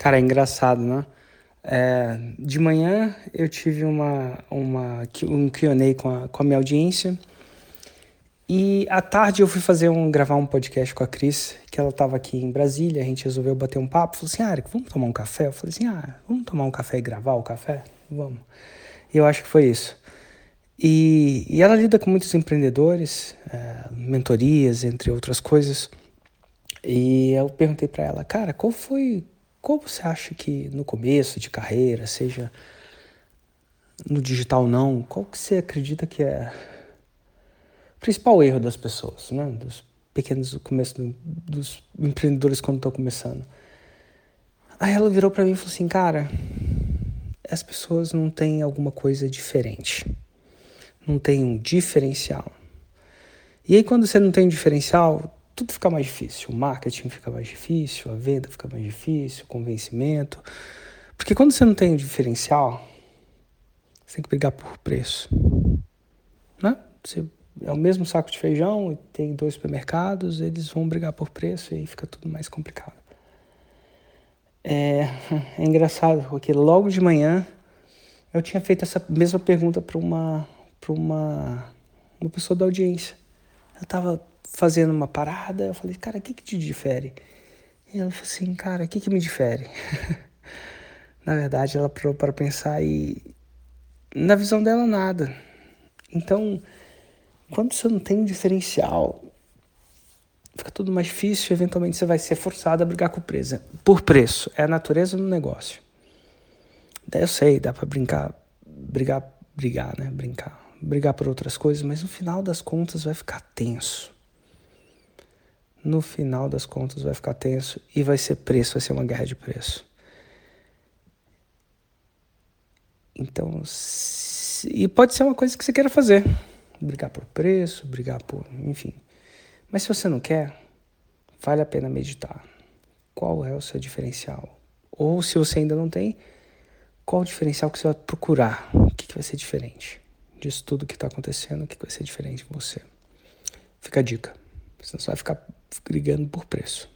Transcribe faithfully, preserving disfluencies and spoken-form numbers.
Cara, é engraçado, né? É, de manhã eu tive uma, uma, um Q and A com a, com a minha audiência e à tarde eu fui fazer um, gravar um podcast com a Cris, que ela estava aqui em Brasília, a gente resolveu bater um papo, falou assim, ah, Eric, vamos tomar um café? Eu falei assim, ah, vamos tomar um café e gravar o café? Vamos. E eu acho que foi isso. E, e ela lida com muitos empreendedores, é, mentorias, entre outras coisas. E eu perguntei para ela, cara, qual foi, qual você acha que no começo de carreira, seja no digital ou não, qual que você acredita que é o principal erro das pessoas, né? Dos pequenos, do começo, do, dos empreendedores quando estão começando. Aí ela virou para mim e falou assim, cara, as pessoas não têm alguma coisa diferente, não tem um diferencial. E aí quando você não tem um diferencial, tudo fica mais difícil. O marketing fica mais difícil, a venda fica mais difícil, o convencimento. Porque quando você não tem um diferencial, você tem que brigar por preço. Né? Você, é o mesmo saco de feijão e tem dois supermercados, eles vão brigar por preço e aí fica tudo mais complicado. É, é engraçado, porque logo de manhã eu tinha feito essa mesma pergunta para uma, para uma, uma pessoa da audiência. Eu tava fazendo uma parada, eu falei, cara, o que que te difere? E ela falou assim, cara, o que que me difere? Na verdade, ela parou para pensar e na visão dela nada. Então, quando você não tem um diferencial, fica tudo mais difícil, eventualmente você vai ser forçado a brigar com o preço. Por preço, é a natureza do negócio. Daí eu sei, dá para brincar, brigar, brigar, né? Brincar, brigar por outras coisas, mas no final das contas vai ficar tenso. No final das contas vai ficar tenso e vai ser preço, vai ser uma guerra de preço. Então, se, e pode ser uma coisa que você queira fazer. Brigar por preço, brigar por, enfim. Mas se você não quer, vale a pena meditar. Qual é o seu diferencial? Ou se você ainda não tem, qual o diferencial que você vai procurar? O que, que vai ser diferente disso tudo que está acontecendo? O que, que vai ser diferente em você? Fica a dica. Senão você vai ficar brigando por preço.